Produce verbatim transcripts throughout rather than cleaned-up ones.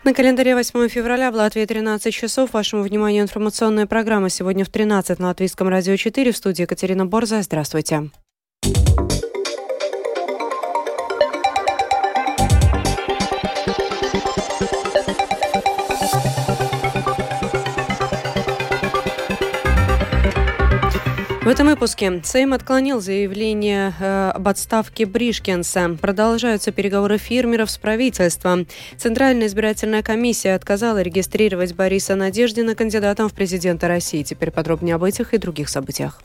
На календаре восьмое февраля, в Латвии тринадцать часов. Вашему вниманию информационная программа сегодня в тринадцать на Латвийском радио четыре. В студии Екатерина Борза. Здравствуйте. В этом выпуске Сейм отклонил заявление э, об отставке Бришкенса. Продолжаются переговоры фермеров с правительством. Центральная избирательная комиссия отказала регистрировать Бориса Надеждина кандидатом в президенты России. Теперь подробнее об этих и других событиях.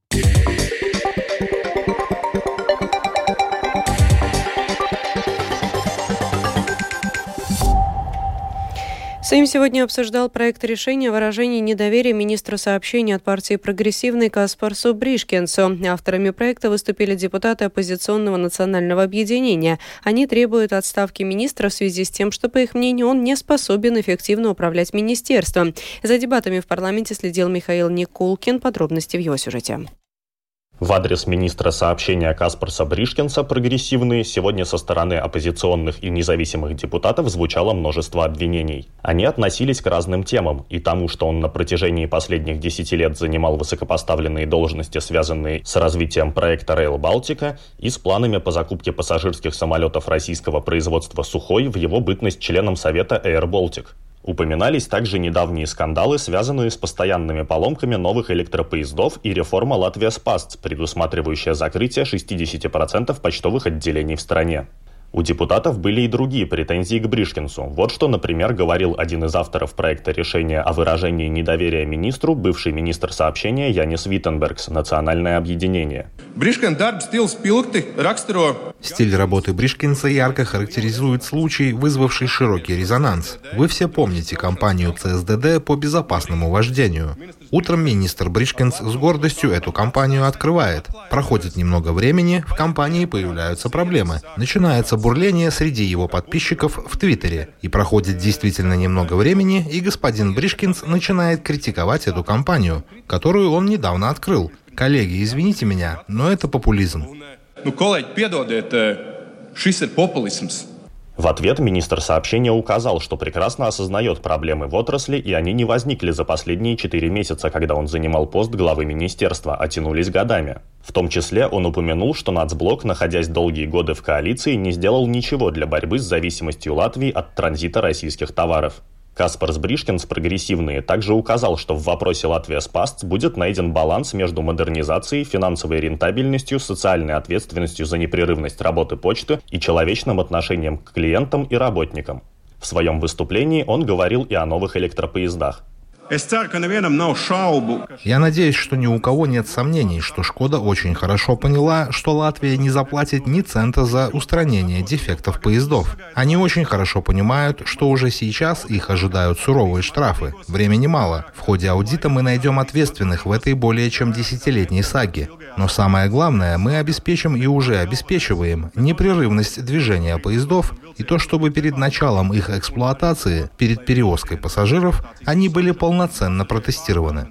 Сейм сегодня обсуждал проект решения о выражении недоверия министру сообщения от партии «Прогрессивный» Каспарсу Бришкенсу. Авторами проекта выступили депутаты оппозиционного национального объединения. Они требуют отставки министра в связи с тем, что, по их мнению, он не способен эффективно управлять министерством. За дебатами в парламенте следил Михаил Никулкин. Подробности в его сюжете. В адрес министра сообщения Каспарса Бришкенса «Прогрессивные» сегодня со стороны оппозиционных и независимых депутатов звучало множество обвинений. Они относились к разным темам, и тому, что он на протяжении последних десяти лет занимал высокопоставленные должности, связанные с развитием проекта Rail Baltica, и с планами по закупке пассажирских самолетов российского производства «Сухой» в его бытность членом Совета Air Baltic. Упоминались также недавние скандалы, связанные с постоянными поломками новых электропоездов и реформа Латвия Спастс, предусматривающая закрытие шестьдесят процентов почтовых отделений в стране. У депутатов были и другие претензии к Бришкенсу. Вот что, например, говорил один из авторов проекта решения о выражении недоверия министру, бывший министр сообщения Янис Виттенбергс, Национальное объединение. Стиль работы Бришкенса ярко характеризует случай, вызвавший широкий резонанс. Вы все помните кампанию ЦСДД по безопасному вождению. Утром министр Бришкенс с гордостью эту кампанию открывает. Проходит немного времени, в кампании появляются проблемы. Начинается бурление среди его подписчиков в Твиттере. И проходит действительно немного времени, и господин Бришкенс начинает критиковать эту кампанию, которую он недавно открыл. Коллеги, извините меня, но это популизм. Ну, коллеги, piedodiet, šis ir populisms. В ответ министр сообщения указал, что прекрасно осознает проблемы в отрасли, и они не возникли за последние четыре месяца, когда он занимал пост главы министерства, а тянулись годами. В том числе он упомянул, что Нацблок, находясь долгие годы в коалиции, не сделал ничего для борьбы с зависимостью Латвии от транзита российских товаров. Каспарс Бришкенс, прогрессивные, также указал, что в вопросе Латвия Спастс будет найден баланс между модернизацией, финансовой рентабельностью, социальной ответственностью за непрерывность работы почты и человечным отношением к клиентам и работникам. В своем выступлении он говорил и о новых электропоездах. Я надеюсь, что ни у кого нет сомнений, что Шкода очень хорошо поняла, что Латвия не заплатит ни цента за устранение дефектов поездов. Они очень хорошо понимают, что уже сейчас их ожидают суровые штрафы. Времени мало. В ходе аудита мы найдем ответственных в этой более чем десятилетней саге. Но самое главное, мы обеспечим и уже обеспечиваем непрерывность движения поездов и то, чтобы перед началом их эксплуатации, перед перевозкой пассажиров, они были полноценно протестированы.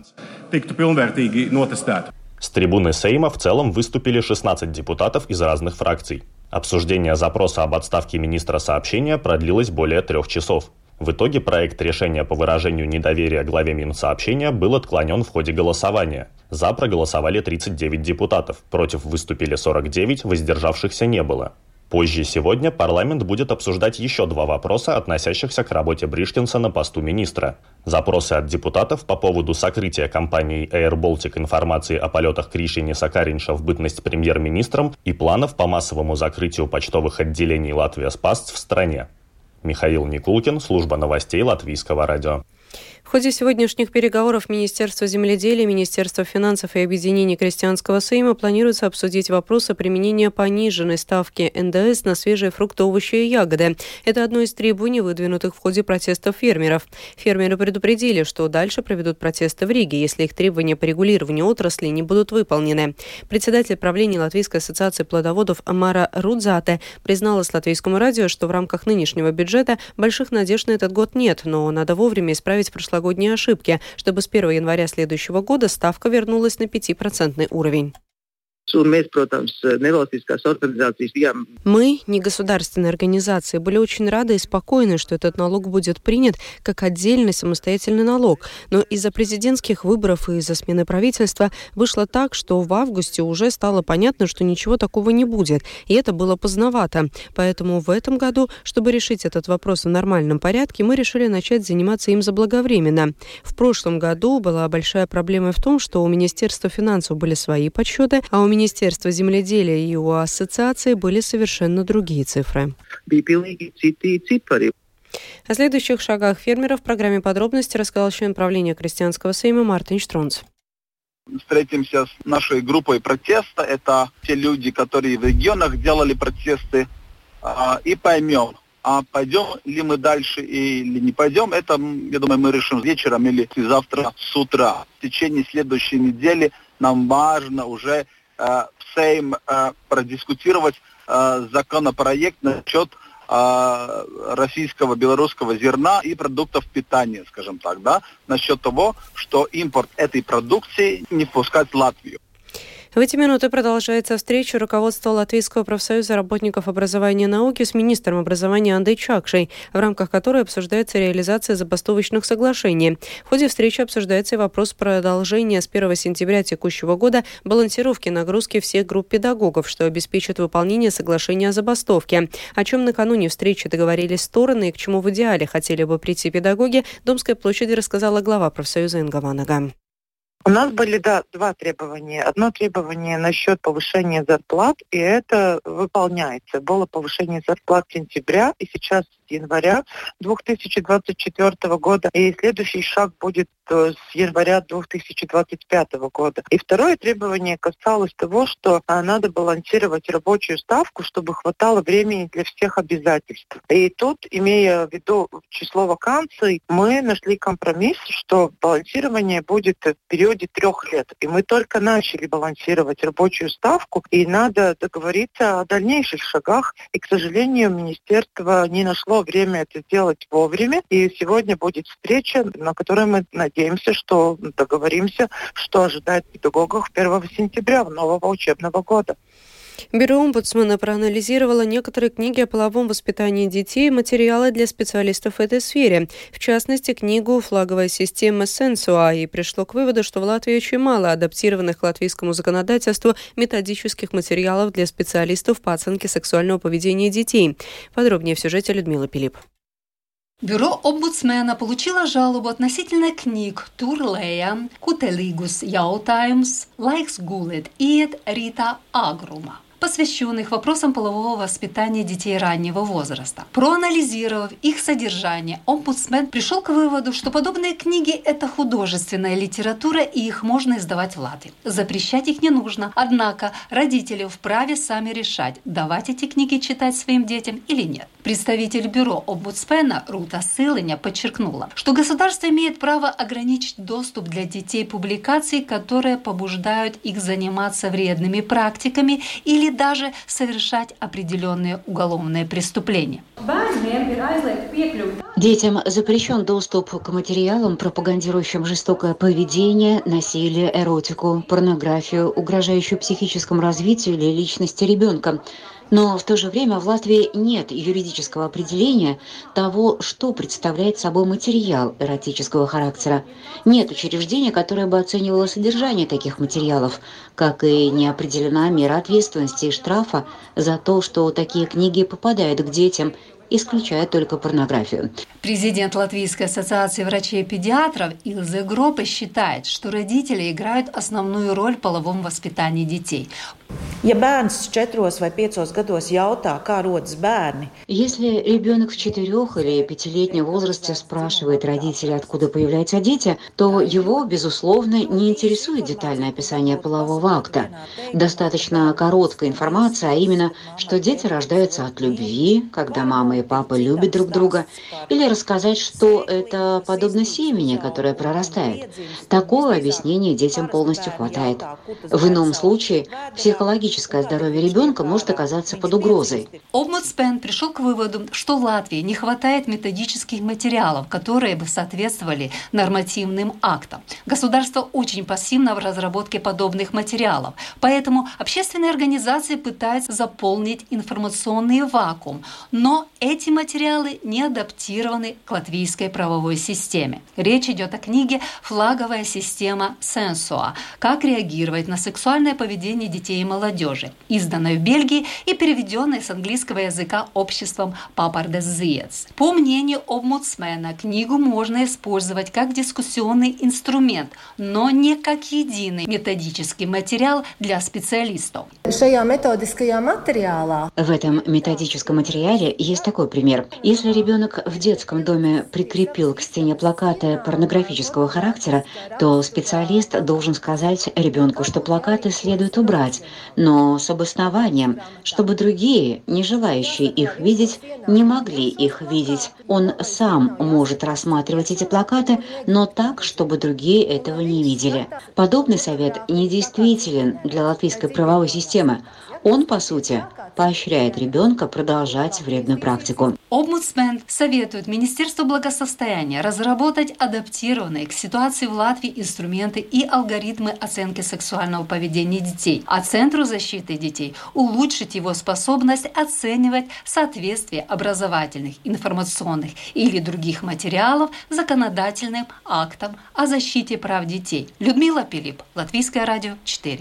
С трибуны Сейма в целом выступили шестнадцать депутатов из разных фракций. Обсуждение запроса об отставке министра сообщения продлилось более трех часов. В итоге проект решения по выражению недоверия главе Минсообщения был отклонен в ходе голосования. За проголосовали тридцать девять депутатов, против выступили сорок девять, воздержавшихся не было. Позже сегодня парламент будет обсуждать еще два вопроса, относящихся к работе Бришкенса на посту министра. Запросы от депутатов по поводу сокрытия компанией Air Baltic информации о полетах Кришини Сакаринша в бытность премьер-министром и планов по массовому закрытию почтовых отделений Латвия Спастс в стране. Михаил Никулкин, служба новостей Латвийского радио. В ходе сегодняшних переговоров Министерство земледелия, Министерство финансов и Объединение Крестьянского Сейма планируется обсудить вопрос о применении пониженной ставки эн дэ эс на свежие фрукты, овощи и ягоды. Это одно из требований, выдвинутых в ходе протестов фермеров. Фермеры предупредили, что дальше проведут протесты в Риге, если их требования по регулированию отрасли не будут выполнены. Председатель правления Латвийской ассоциации плодоводов Мара Рудзате призналась Латвийскому радио, что в рамках нынешнего бюджета больших надежд на этот год нет, но надо вовремя исправить прошлогодние ошибки, чтобы с первого января следующего года ставка вернулась на пятипроцентный уровень. Мы, негосударственные организации, были очень рады и спокойны, что этот налог будет принят как отдельный самостоятельный налог. Но из-за президентских выборов и из-за смены правительства вышло так, что в августе уже стало понятно, что ничего такого не будет. И это было поздновато. Поэтому в этом году, чтобы решить этот вопрос в нормальном порядке, мы решили начать заниматься им заблаговременно. В прошлом году была большая проблема в том, что у Министерства финансов были свои подсчеты, а у Министерства земледелия и у ассоциации были совершенно другие цифры. О следующих шагах фермеров в программе «Подробности» рассказал член правления Крестьянского Сейма Мартин Штронц. Встретимся с нашей группой протеста. Это те люди, которые в регионах делали протесты. И поймем, а пойдем ли мы дальше или не пойдем. Это, я думаю, мы решим вечером или завтра с утра. В течение следующей недели нам важно уже э, в Сейм э, продискутировать э, законопроект насчет э, российского, белорусского зерна и продуктов питания, скажем так, да, насчет того, что импорт этой продукции не впускать в Латвию. В эти минуты продолжается встреча руководства Латвийского профсоюза работников образования и науки с министром образования Андой Чакшей, в рамках которой обсуждается реализация забастовочных соглашений. В ходе встречи обсуждается и вопрос продолжения с первого сентября текущего года балансировки нагрузки всех групп педагогов, что обеспечит выполнение соглашения о забастовке. О чем накануне встречи договорились стороны и к чему в идеале хотели бы прийти педагоги, Домской площади рассказала глава профсоюза Инга Ванага. У нас были, да, два требования. Одно требование насчет повышения зарплат, и это выполняется. Было повышение зарплат с сентября, и сейчас с января две тысячи двадцать четвёртого года, и следующий шаг будет с января две тысячи двадцать пятого года. И второе требование касалось того, что надо балансировать рабочую ставку, чтобы хватало времени для всех обязательств. И тут, имея в виду число вакансий, мы нашли компромисс, что балансирование будет в периоде трех лет. И мы только начали балансировать рабочую ставку, и надо договориться о дальнейших шагах. И, к сожалению, министерство не нашло время это сделать вовремя. И сегодня будет встреча, на которой мы надеемся, что договоримся, что ожидает педагогов первого сентября нового учебного года. Бюро омбудсмена проанализировало некоторые книги о половом воспитании детей и материалы для специалистов в этой сфере. В частности, книгу «Флаговая система Сенсуа», и пришло к выводу, что в Латвии очень мало адаптированных к латвийскому законодательству методических материалов для специалистов по оценке сексуального поведения детей. Подробнее в сюжете Людмила Пилип. Бюро омбудсмена получило жалобу относительно книг Турлея, Кутелигус Яутаймс, Лайкс Гулет и Рита Агрума, посвященных вопросам полового воспитания детей раннего возраста. Проанализировав их содержание, омбудсмен пришел к выводу, что подобные книги – это художественная литература, и их можно издавать в Латвии. Запрещать их не нужно, однако родители вправе сами решать, давать эти книги читать своим детям или нет. Представитель бюро омбудсмена Рута Сылыня подчеркнула, что государство имеет право ограничить доступ для детей публикаций, которые побуждают их заниматься вредными практиками или даже совершать определенные уголовные преступления. Детям запрещен доступ к материалам, пропагандирующим жестокое поведение, насилие, эротику, порнографию, угрожающую психическому развитию или личности ребенка. Но в то же время в Латвии нет юридического определения того, что представляет собой материал эротического характера. Нет учреждения, которое бы оценивало содержание таких материалов, как и не определена мера ответственности и штрафа за то, что такие книги попадают к детям, исключая только порнографию. Президент Латвийской ассоциации врачей-педиатров Илзе Гропе считает, что родители играют основную роль в половом воспитании детей. Если ребенок в четырех- или пятилетнем возрасте спрашивает родителей, откуда появляются дети, то его, безусловно, не интересует детальное описание полового акта. Достаточно короткая информация, а именно, что дети рождаются от любви, когда мама и папа любят друг друга, или рассказать, что это подобно семени, которое прорастает. Такого объяснения детям полностью хватает. В ином случае психологически психологическое здоровье ребенка может оказаться под угрозой. Омбудсмен пришел к выводу, что в Латвии не хватает методических материалов, которые бы соответствовали нормативным актам. Государство очень пассивно в разработке подобных материалов, поэтому общественные организации пытаются заполнить информационный вакуум, но эти материалы не адаптированы к латвийской правовой системе. Речь идет о книге «Флаговая система Сенсуа. Как реагировать на сексуальное поведение детей и молодежи», изданной в Бельгии и переведенной с английского языка обществом Папардес Зиец. По мнению омбудсмена, книгу можно использовать как дискуссионный инструмент, но не как единый методический материал для специалистов. В этом методическом материале есть такой пример. Если ребенок в детском доме прикрепил к стене плакаты порнографического характера, то специалист должен сказать ребенку, что плакаты следует убрать, но с обоснованием, чтобы другие, не желающие их видеть, не могли их видеть. Он сам может рассматривать эти плакаты, но так, чтобы другие этого не видели. Подобный совет недействителен для латвийской правовой системы. Он, по сути, поощряет ребенка продолжать вредную практику. Омбудсмен советует Министерству благосостояния разработать адаптированные к ситуации в Латвии инструменты и алгоритмы оценки сексуального поведения детей, а Центру защиты детей улучшить его способность оценивать соответствие образовательных, информационных или других материалов законодательным актам о защите прав детей. Людмила Пилип, Латвийское радио четыре.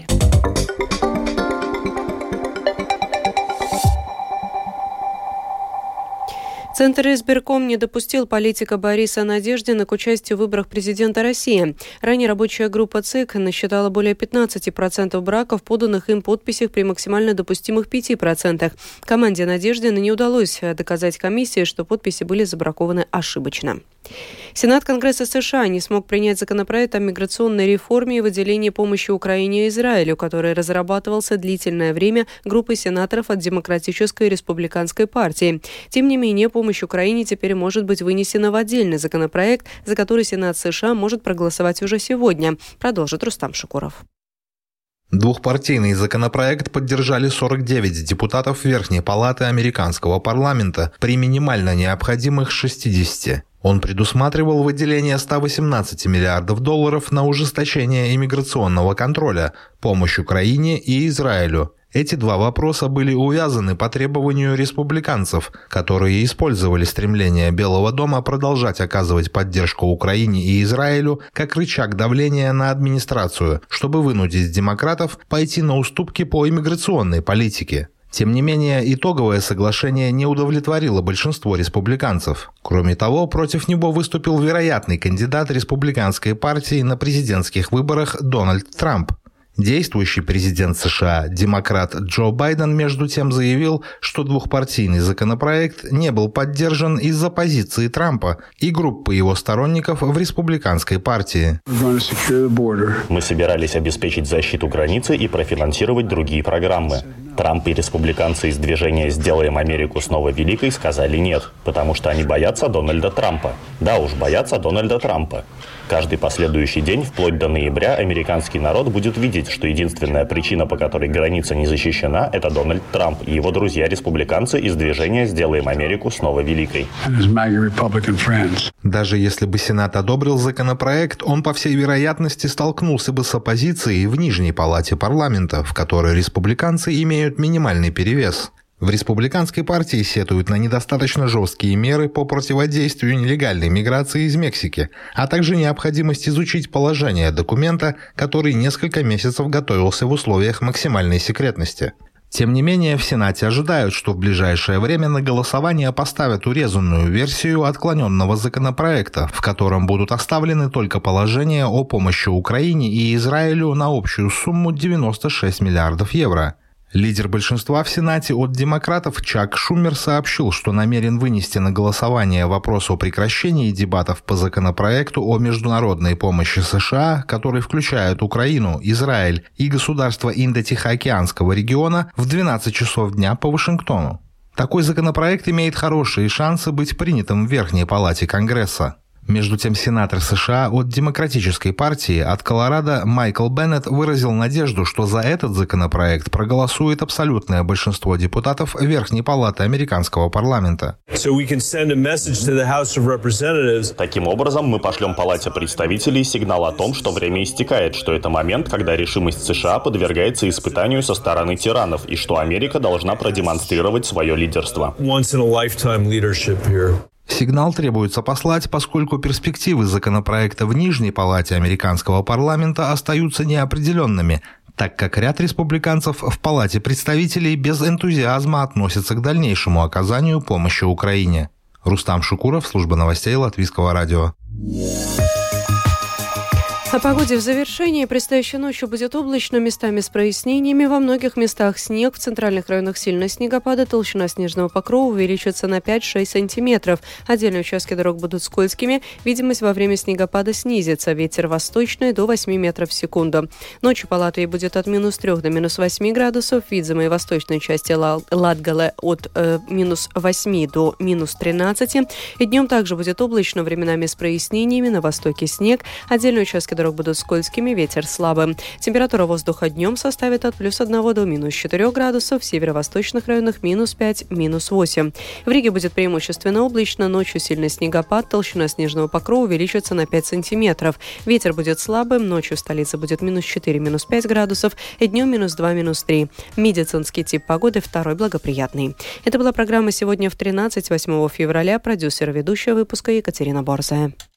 Центр избирком не допустил политика Бориса Надеждина к участию в выборах президента России. Ранее рабочая группа ЦИК насчитала более пятнадцать процентов браков, поданных им подписях при максимально допустимых пяти процентах. Команде Надеждина не удалось доказать комиссии, что подписи были забракованы ошибочно. Сенат Конгресса США не смог принять законопроект о миграционной реформе и выделении помощи Украине и Израилю, который разрабатывался длительное время группой сенаторов от Демократической и Республиканской партии. Тем не менее, помощь Украине теперь может быть вынесена в отдельный законопроект, за который Сенат США может проголосовать уже сегодня, продолжит Рустам Шукуров. Двухпартийный законопроект поддержали сорок девять депутатов Верхней палаты американского парламента при минимально необходимых шестидесяти. Он предусматривал выделение ста восемнадцати миллиардов долларов на ужесточение иммиграционного контроля, помощь Украине и Израилю. Эти два вопроса были увязаны по требованию республиканцев, которые использовали стремление Белого дома продолжать оказывать поддержку Украине и Израилю как рычаг давления на администрацию, чтобы вынудить демократов пойти на уступки по иммиграционной политике. Тем не менее, итоговое соглашение не удовлетворило большинство республиканцев. Кроме того, против него выступил вероятный кандидат республиканской партии на президентских выборах Дональд Трамп. Действующий президент США, демократ Джо Байден, между тем заявил, что двухпартийный законопроект не был поддержан из-за позиции Трампа и группы его сторонников в республиканской партии. Мы собирались обеспечить защиту границы и профинансировать другие программы. Трамп и республиканцы из движения «Сделаем Америку снова великой» сказали нет, потому что они боятся Дональда Трампа. Да уж, боятся Дональда Трампа. Каждый последующий день, вплоть до ноября, американский народ будет видеть, что единственная причина, по которой граница не защищена, это Дональд Трамп и его друзья-республиканцы из движения «Сделаем Америку снова великой». Даже если бы Сенат одобрил законопроект, он, по всей вероятности, столкнулся бы с оппозицией в нижней палате парламента, в которой республиканцы имеют минимальный перевес. В республиканской партии сетуют на недостаточно жесткие меры по противодействию нелегальной миграции из Мексики, а также необходимость изучить положение документа, который несколько месяцев готовился в условиях максимальной секретности. Тем не менее, в Сенате ожидают, что в ближайшее время на голосование поставят урезанную версию отклоненного законопроекта, в котором будут оставлены только положения о помощи Украине и Израилю на общую сумму девяносто шесть миллиардов евро. Лидер большинства в Сенате от демократов Чак Шумер сообщил, что намерен вынести на голосование вопрос о прекращении дебатов по законопроекту о международной помощи США, который включает Украину, Израиль и государства Индо-Тихоокеанского региона, в двенадцать часов дня по Вашингтону. Такой законопроект имеет хорошие шансы быть принятым в Верхней палате Конгресса. Между тем, сенатор США от Демократической партии от Колорадо Майкл Беннет выразил надежду, что за этот законопроект проголосует абсолютное большинство депутатов Верхней палаты американского парламента. Таким образом, мы пошлем Палате представителей сигнал о том, что время истекает, что это момент, когда решимость США подвергается испытанию со стороны тиранов, и что Америка должна продемонстрировать свое лидерство. Сигнал требуется послать, поскольку перспективы законопроекта в Нижней палате американского парламента остаются неопределенными, так как ряд республиканцев в Палате представителей без энтузиазма относятся к дальнейшему оказанию помощи Украине. Рустам Шукуров, служба новостей Латвийского радио. О погоде в завершении. Предстоящей ночью будет облачно, местами с прояснениями. Во многих местах снег, в центральных районах сильно снегопада, толщина снежного покрова увеличится на пять-шесть сантиметров. Отдельные участки дорог будут скользкими, видимость во время снегопада снизится. Ветер восточный до восьми метров в секунду. Ночью по Латвии будет от минус трех до минус восьми градусов, в видимой восточной части Латгале от э, минус восьми до минус тринадцати. И днем также будет облачно, временами с прояснениями, на востоке снег. Отдельные участки дорог будут скользкими, ветер слабым. Температура воздуха днем составит от плюс одного до минус четырех градусов, в северо-восточных районах минус пять, минус восемь. В Риге будет преимущественно облачно, ночью сильный снегопад, толщина снежного покрова увеличится на пять сантиметров. Ветер будет слабым, ночью в столице будет минус четыре, минус пять градусов, и днем минус два, минус три. Медицинский тип погоды второй благоприятный. Это была программа «Сегодня в тринадцать», восьмого февраля. Продюсер и ведущая выпуска Екатерина Борзая.